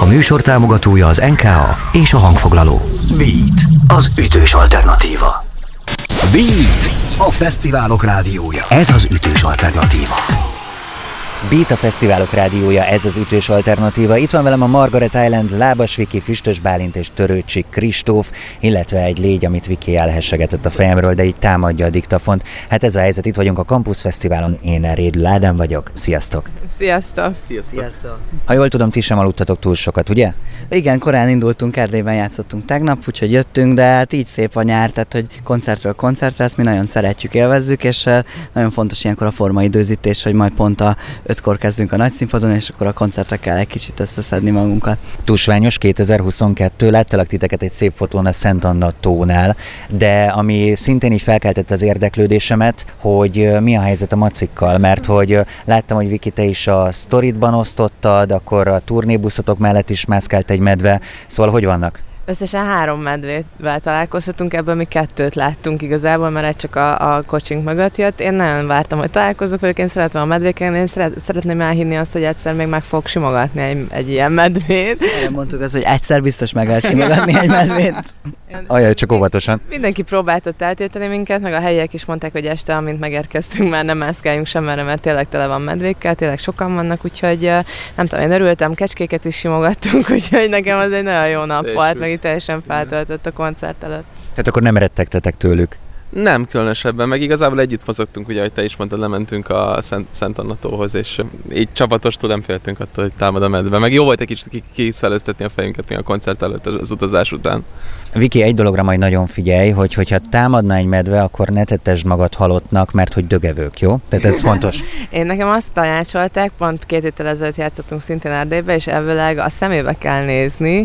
műsor támogatója az NKA és a hangfoglaló. Beat, az ütős alternatíva. Beat, a fesztiválok rádiója. Ez az ütős alternatíva. Beat, a fesztiválok rádiója, ez az ütős alternatíva. Itt van velem a Margaret Island, Lábas Viki, Füstös Bálint és Törőcsik Kristóf, illetve egy légy, amit Viki elhessegetett a fejemről, de így támadja a diktafont. Hát ez a helyzet, itt vagyunk a Campus Fesztiválon, én Rédl Ádám vagyok. Sziasztok! Sziasztok! Sziasztok! Ha jól tudom, ti sem aludtatok túl sokat, ugye? Igen, korán indultunk, Erdélyben játszottunk tegnap, úgyhogy jöttünk, de hát így szép a nyár, tehát hogy koncertről koncertre, ezt mi nagyon szeretjük, élvezzük, és nagyon fontos ilyenkor a formaidőzítés, hogy majd pont a 5-kor kezdünk a nagy színpadon, és akkor a koncertre kell egy kicsit összeszedni magunkat. Tusványos 2022, láttalak titeket egy szép fotón a Szent Anna tónál, de ami szintén így felkeltette az érdeklődésemet, hogy mi a helyzet a macikkal, mert hogy láttam, hogy Viki, te is a sztoridban osztottad, akkor a turnébuszotok mellett is mászkált egy medve, szóval hogy vannak? Összesen 3 medvével találkozhatunk, ebből mi 2 láttunk igazából, mert egy csak a kocsink mögött jött. Én nagyon vártam, hogy találkozok velük, én szeretem a medvéken, én szeretném elhinni azt, hogy egyszer még meg fogok simogatni egy ilyen medvét. Olyan mondtuk azt, hogy egyszer biztos meg lehet simogatni egy medvét. Ajaj, csak óvatosan. Mindenki próbáltott eltiltani minket, meg a helyiek is mondták, hogy este, amint megérkeztünk, már nem mászkáljunk semmerre, mert tényleg tele van medvékkel, tényleg sokan vannak, úgyhogy nem tudom, én örültem, kecskéket is simogattunk, úgyhogy nekem az egy nagyon jó nap volt, meg itt teljesen feltöltött a koncert előtt. Tehát akkor nem rettegtetek tőlük? Nem különösebben, meg igazából együtt mozogtunk, ugye, ahogy te is mondtad, lementünk a Szent Anna tóhoz, és így csapatostól nem féltünk attól, hogy támad a medve. Meg jó volt egy kicsit kiszellőztetni a fejünket még a koncert előtt az utazás után. Viki, egy dologra majd nagyon figyelj, hogyha támadna egy medve, akkor ne tettesd magad halottnak, mert hogy dögevők, jó? Tehát ez fontos. Én nekem azt tanácsolták, pont 2 héttel ezelőtt játszottunk szintén Erdélybe, és elvileg a szemébe kell nézni.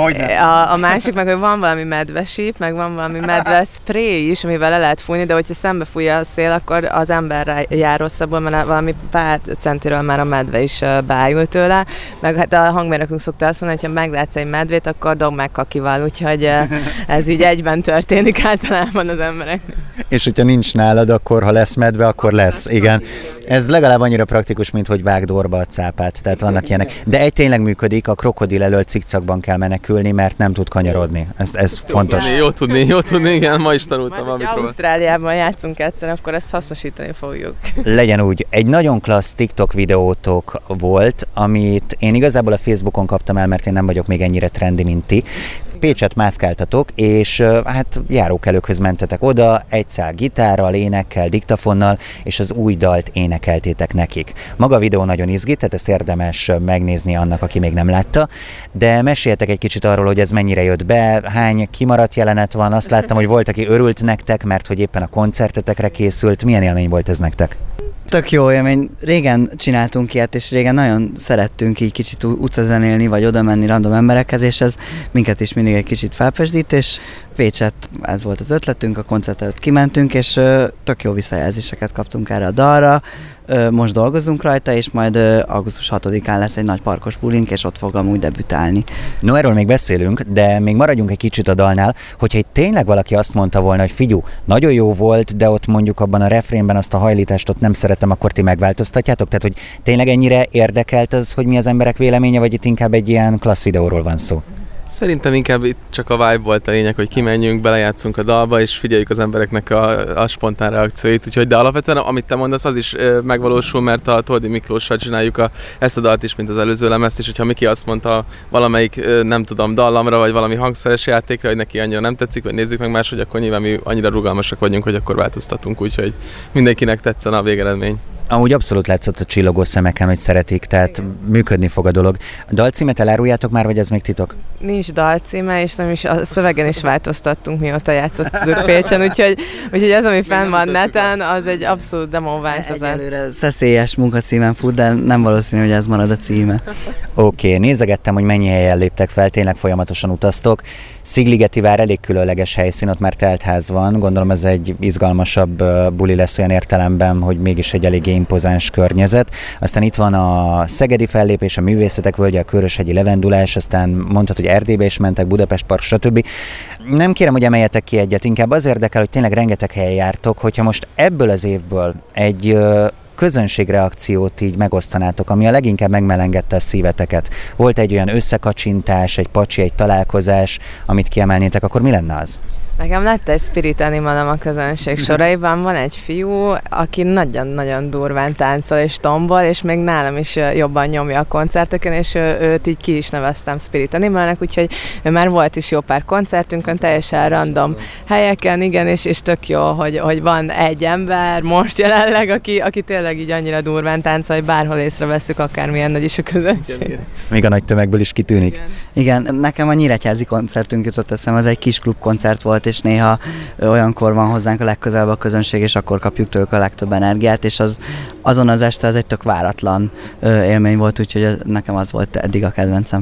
A másik meg, hogy van valami medvesíp, meg van valami medve spray is, amivel le lehet fújni, de hogyha szembe fújja a szél, akkor az emberre jár rosszabbul, mert valami pár centiről már a medve is bájul tőle. Meg hát a hangmérnökünk szokta azt mondani, hogy ha meglátsz egy medvét, akkor dobd meg kakival, úgyhogy ez így egyben történik általában az embereknek. És hogyha nincs nálad, akkor ha lesz medve, akkor lesz, igen. Ez legalább annyira praktikus, mint hogy vágd orba a cápát, tehát vannak ilyenek. De egy tényleg működik, a krokodil elől cikcakban kell menekülni, mert nem tud kanyarodni. Ez fontos. Jó tudni, igen, ma is tanultam. Majd, hogyha Ausztráliában játszunk egyszer, akkor ezt hasznosítani fogjuk. Legyen úgy. Egy nagyon klassz TikTok videótok volt, amit én igazából a Facebookon kaptam el, mert én nem vagyok még ennyire trendi, mint ti. Pécset mászkáltatok, és hát járókelőkhöz mentetek oda, egy szál gitárral, énekkel, diktafonnal, és az új dalt énekeltétek nekik. Maga a videó nagyon izgi, tehát ezt érdemes megnézni annak, aki még nem látta, de meséljetek egy kicsit arról, hogy ez mennyire jött be, hány kimaradt jelenet van, azt láttam, hogy volt, aki örült nektek, mert hogy éppen a koncertetekre készült. Milyen élmény volt ez nektek? Tök jó élmény. Régen csináltunk ilyet, és régen nagyon szerettünk így kicsit utcazenélni, vagy oda menni random emberekhez, és ez minket is mindig egy kicsit felpesdít, és Pécset, ez volt az ötletünk, a koncert előtt kimentünk, és tök jó visszajelzéseket kaptunk erre a dalra. Most dolgozunk rajta, és majd augusztus 6-án lesz egy nagy parkos bulink, és ott fog amúgy debütálni. No, erről még beszélünk, de még maradjunk egy kicsit a dalnál, hogyha itt tényleg valaki azt mondta volna, hogy figyú, nagyon jó volt, de ott mondjuk abban a refrénben azt a hajlítást ott nem szeretem, akkor ti megváltoztatjátok? Tehát, hogy tényleg ennyire érdekelt az, hogy mi az emberek véleménye, vagy itt inkább egy ilyen klassz videóról van szó? Szerintem inkább itt csak a vibe volt a lényeg, hogy kimenjünk, belejátszunk a dalba, és figyeljük az embereknek a spontán reakcióit. Úgyhogy, de alapvetően, amit te mondasz, az is megvalósul, mert a Toldi Miklóssal csináljuk ezt a dalt is, mint az előző lemezt, és hogyha Miki azt mondta valamelyik, nem tudom, dallamra, vagy valami hangszeres játékra, hogy neki annyira nem tetszik, vagy nézzük meg máshogy, akkor nyilván mi annyira rugalmasak vagyunk, hogy akkor változtatunk, úgyhogy mindenkinek tetszen a végeredmény. Amúgy abszolút látszott a csillogó szemeken, hogy szeretik, tehát működni fog a dolog. A dalcímet eláruljátok már, vagy ez még titok? Nincs dalcíme, és nem is a szövegen is változtattunk, mióta játszottunk Pécsen, úgyhogy az, ami fenn van neten, az egy abszolút demo változat. Egyelőre szeszélyes munkacímen fut, de nem valószínű, hogy ez marad a címe. Oké, nézegettem, hogy mennyi helyen léptek fel, tényleg folyamatosan utaztok. Szigligeti vár elég különleges helyszín, ott már teltház van, gondolom ez egy izgalmasabb buli lesz olyan értelemben, hogy mégis egy eléggé impozáns környezet. Aztán itt van a szegedi fellépés, a művészetek völgye, a köröshegyi levendulás, aztán mondtad, hogy Erdélybe is mentek, Budapest Park, stb. Nem kérem, hogy emeljetek ki egyet, inkább az érdekel, hogy tényleg rengeteg helyen jártok, hogyha most ebből az évből egy közönségreakciót így megosztanátok, ami a leginkább megmelengedte a szíveteket. Volt egy olyan összekacsintás, egy pacsi, egy találkozás, amit kiemelnétek, akkor mi lenne az? Nekem lett egy spirit animalom a közönség soraiban, van egy fiú, aki nagyon-nagyon durván táncol és tombol, és még nálam is jobban nyomja a koncerteken, és őt így ki is neveztem spirit animalnek, úgyhogy már volt is jó pár koncertünkön, teljesen random helyeken, igen, és tök jó, hogy van egy ember most jelenleg, aki tényleg így annyira durván táncol, hogy bárhol észreveszünk, akármilyen nagy is a közönség. Még a nagy tömegből is kitűnik. Igen, nekem a nyíregyházi koncertünk jutott eszembe, ez egy kis klubkoncert volt, és néha olyankor van hozzánk a legközelebb a közönség, és akkor kapjuk tőlük a legtöbb energiát, és azon az este az egy tök váratlan élmény volt, úgyhogy nekem az volt eddig a kedvencem.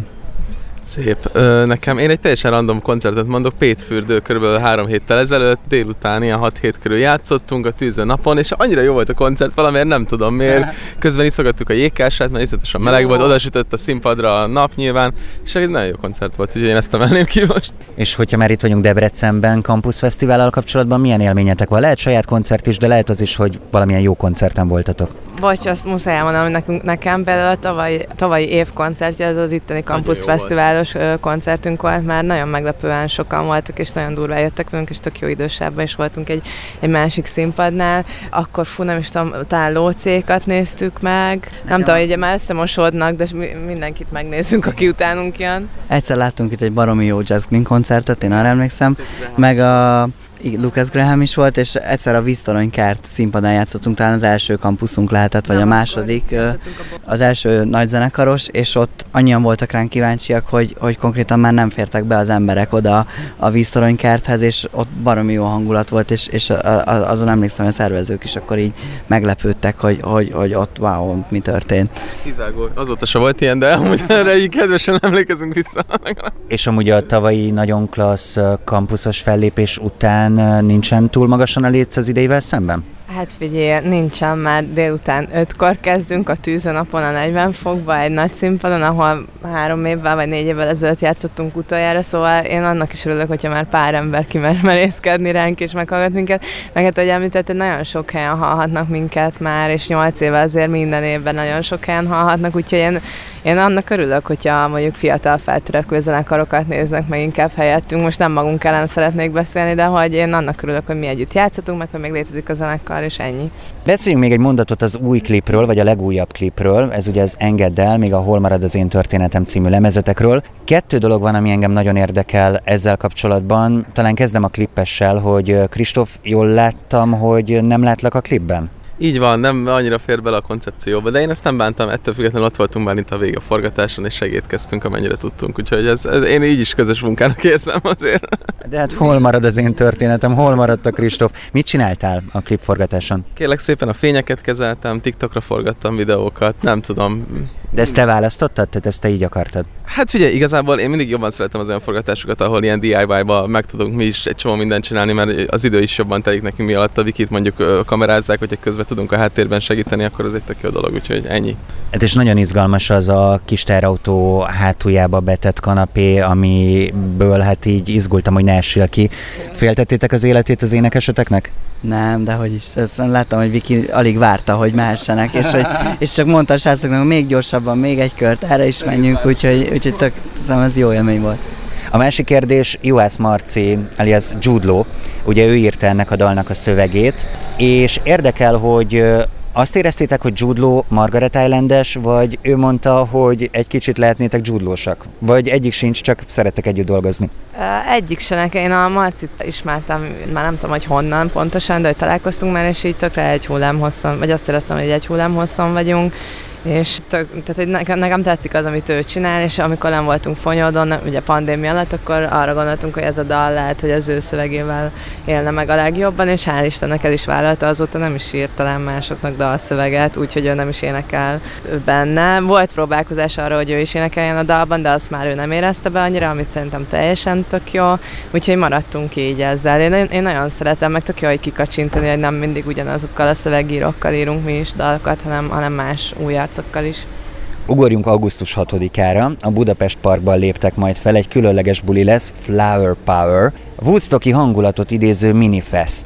Szép. Nekem én egy teljesen random koncertet mondok, Pétfürdő körülbelül 3 héttel ezelőtt, délután ilyen 6 hét körül játszottunk a tűző napon, és annyira jó volt a koncert, valamiért nem tudom miért. Közben iszogattuk a jégkását, mert iszonyatosan meleg volt, oda sütött a színpadra a nap nyilván, és egy nagyon jó koncert volt, úgyhogy én ezt emelném ki most. És hogyha már itt vagyunk Debrecenben, Campus Fesztivállal kapcsolatban milyen élményetek van? Lehet saját koncert is, de lehet az is, hogy valamilyen jó koncerten voltatok. Bocs, azt muszáj elmondanom, nekem például a tavalyi év koncertje, ez az itteni Campus Fesztiválos koncertünk volt, már nagyon meglepően sokan voltak, és nagyon durván jöttek velünk, és tök jó idősában is voltunk egy másik színpadnál. Akkor nem is tudom, talán lócékat néztük meg. Nem tudom, hogy már összemosódnak, de mindenkit megnézzünk, aki utánunk jön. Egyszer láttunk itt egy baromi jó Jazz Green koncertet, én arra emlékszem, meg a Lucas Graham is volt, és egyszer a Víztoronykert színpadán játszottunk, talán az első kampuszunk lehetett, vagy a második, az első nagy zenekaros, és ott annyian voltak ránk kíváncsiak, hogy konkrétan már nem fértek be az emberek oda a Víztoronykerthez, és ott baromi jó hangulat volt, és azon emlékszem, hogy a szervezők is akkor így meglepődtek, hogy ott wow, mi történt. Hizágó, azóta se volt ilyen, de amúgy erre így kedvesen emlékezünk vissza. És amúgy a tavalyi nagyon klassz kampuszos fellépés után nincsen túl magasan a léc az ideivel szemben? Hát figyelj, nincsen, már délután 5-kor kezdünk a tűző napon a 40 fokba egy nagy színpadon, ahol 3 évvel vagy 4 évvel ezelőtt játszottunk utoljára, szóval én annak is örülök, hogyha már pár ember kimer merészkedni ránk és meghallgat minket. Meg hát, ahogy említetted, nagyon sok helyen hallhatnak minket már, és 8 éve azért minden évben nagyon sok helyen hallhatnak, úgyhogy én annak örülök, hogyha mondjuk fiatal feltörekvő zenekarokat néznek meg inkább helyettünk. Most nem magunk ellen szeretnék beszélni, de hogy én annak örülök, hogy mi együtt játszhatunk, meg hogy még létezik a zenekar, és ennyi. Beszéljünk még egy mondatot az új klipről, vagy a legújabb klipről, ez ugye az Engedd el, még a Hol marad az én történetem című lemezetekről. 2 dolog van, ami engem nagyon érdekel ezzel kapcsolatban. Talán kezdem a klippessel, hogy Kristóf, jól láttam, hogy nem látlak a klipben? Így van, nem annyira fér bele a koncepcióba, de én ezt nem bántam, ettől függetlenül ott voltunk már itt a vége a forgatáson, és segítkeztünk, amennyire tudtunk, úgyhogy ez én így is közös munkának érzem azért. De hát hol marad az én történetem, hol maradt a Kristóf? Mit csináltál a klipforgatáson? Kérlek szépen a fényeket kezeltem, TikTokra forgattam videókat, nem tudom. De ezt te választottad? Tehát ezt te így akartad? Hát figyelj, igazából én mindig jobban szeretem az olyan forgatásokat, ahol ilyen DIY-ba meg tudunk mi is egy csomó mindent csinálni, mert az idő is jobban telik nekünk, mi alatt a Vikit mondjuk kamerázzák, hogyha közben tudunk a háttérben segíteni, akkor az egy tök jó dolog, úgyhogy ennyi. Hát és nagyon izgalmas az a kis terautó hátuljába betett kanapé, amiből hát így izgultam, hogy ne essél ki. Féltettétek az életét az énekeseteknek? Nem, de hogy is. Láttam, hogy Viki alig várta, hogy mehessenek, és csak mondta a srácoknak, hogy még gyorsabban, még egy kört, erre is menjünk, úgyhogy tök, ez jó élmény volt. A másik kérdés, Juhász Marci, alias Jude Law, ugye ő írta ennek a dalnak a szövegét, és érdekel, hogy azt éreztétek, hogy Jude Law Margaret Islandes, vagy ő mondta, hogy egy kicsit lehetnétek Jude Law-sak? Vagy egyik sincs, csak szerettek együtt dolgozni? Egyik se nekem. Én a Marcit ismertem, már nem tudom, hogy honnan pontosan, de hogy találkoztunk már, és így tökre egy hullámhosszon, vagy azt éreztem, hogy egy hullámhosszon vagyunk, és tehát nekem tetszik az, amit ő csinál, és amikor nem voltunk Fonyódon, ugye pandémia alatt, akkor arra gondoltunk, hogy ez a dal lehet, hogy az ő szövegével élne meg a legjobban, és hál' Istennek el is vállalta, azóta nem is írt talán másoknak dalszöveget, úgyhogy ő nem is énekel benne. Volt próbálkozás arra, hogy ő is énekeljen a dalban, de azt már ő nem érezte be annyira, amit szerintem teljesen tök jó, úgyhogy maradtunk így ezzel. Én nagyon szeretem, meg tök jó, hogy kikacsintani, hogy nem mindig ugyanazokkal a szövegírókkal írunk mi is dalokat, hanem más új arcokkal is. Ugorjunk augusztus 6-ára, a Budapest Parkban léptek majd fel, egy különleges buli lesz, Flower Power, Woodstocki hangulatot idéző minifest.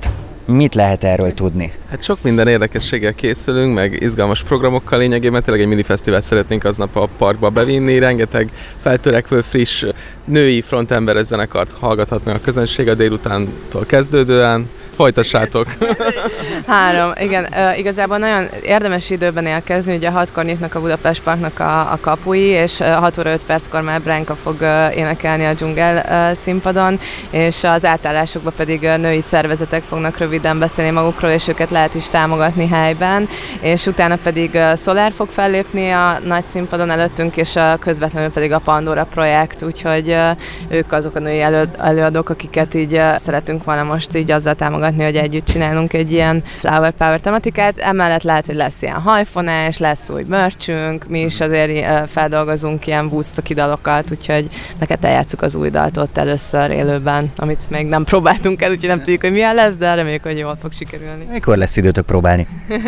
Mit lehet erről tudni? Hát sok minden érdekességgel készülünk, meg izgalmas programokkal lényegében. Tényleg egy minifesztivált szeretnénk aznap a parkba bevinni. Rengeteg feltörekvő, friss női frontemberes zenekart hallgathat meg a közönség a délutántól kezdődően. Folytassátok! 3, igen. Igazából nagyon érdemes időben érkezni, ugye 6-kor nyitnak a Budapest Parknak a kapui, és 6 óra 5 perckor már Branka fog énekelni a dzsungel színpadon, és az átállásokban pedig női szervezetek fognak röviden beszélni magukról, és őket lehet is támogatni helyben, és utána pedig Solar fog fellépni a nagy színpadon előttünk, és közvetlenül pedig a Pandora projekt, úgyhogy ők azok a női előadók, akiket így szeretünk volna most így azzal támogatni, hogy együtt csinálunk egy ilyen Flower Power tematikát. Emellett lehet, hogy lesz ilyen hajfonás, lesz új merchünk, mi is azért feldolgozunk ilyen Woodstocki dalokat, úgyhogy neked eljátszuk az új dalt ott először élőben, amit még nem próbáltunk el, úgyhogy nem tudjuk, hogy milyen lesz, de reméljük, hogy jól fog sikerülni. Mikor lesz időtök próbálni?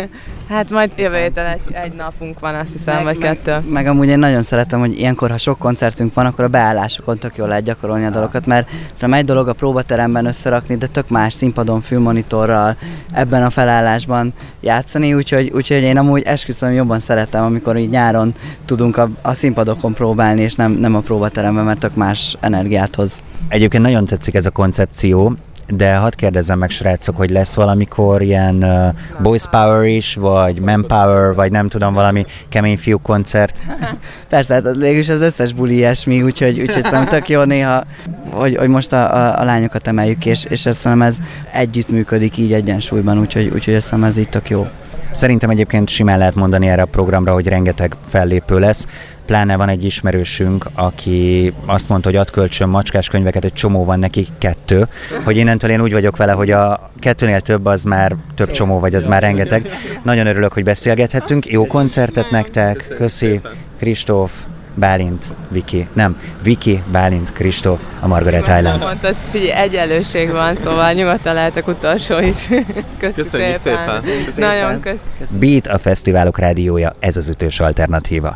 Hát majd jövő héten egy napunk van, azt hiszem, vagy 2. Meg amúgy én nagyon szeretem, hogy ilyenkor, ha sok koncertünk van, akkor a beállásokon tök jól lehet gyakorolni a dalokat, mert szerintem egy dolog a próbateremben összerakni, de tök más színpadon, fülmonitorral, ebben a felállásban játszani, úgyhogy én amúgy esküszöm jobban szeretem, amikor így nyáron tudunk a színpadokon próbálni, és nem a próbateremben, mert tök más energiát hoz. Egyébként nagyon tetszik ez a koncepció, de hadd kérdezzem meg, srácok, hogy lesz valamikor ilyen Boys Power is, vagy Man Power, vagy nem tudom, valami kemény fiú koncert? Persze, hát végülis az összes buli ilyesmi, úgyhogy szerintem tök jó néha, hogy most a lányokat emeljük ki, és szerintem ez együtt működik így egyensúlyban, úgyhogy szerintem ez így tök jó. Szerintem egyébként simán lehet mondani erre a programra, hogy rengeteg fellépő lesz. Pláne van egy ismerősünk, aki azt mondta, hogy ad kölcsön macskás könyveket, egy csomó van neki, 2, hogy innentől én úgy vagyok vele, hogy a 2-nél több az már több csomó, vagy az már rengeteg. Nagyon örülök, hogy beszélgethettünk. Jó koncertet nektek, köszi, Kristóf, Bálint, Viki. Nem, Viki, Bálint, Kristóf, a Margaret Island. Mondtad, figyelj, egyenlőség van, szóval nyugodtan lehetek utolsó is. Köszönjük szépen. Nagyon köszönöm. Beat, a fesztiválok rádiója, ez az ütős alternatíva.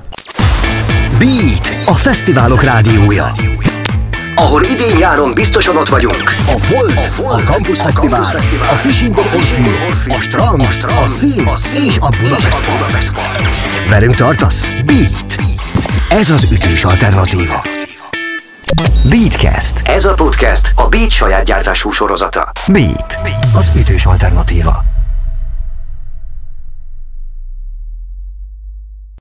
Beat, a fesztiválok rádiója. Ahol idén-nyáron biztosan ott vagyunk. A Volt, a Campus Fesztivál, a Fishing Orfű, a Strand, a Szín és a Budapest Park. Velünk tartasz? Beat. Ez az ütős alternatíva. Beatcast. Ez a podcast a Beat saját gyártású sorozata. Beat, az ütős alternatíva.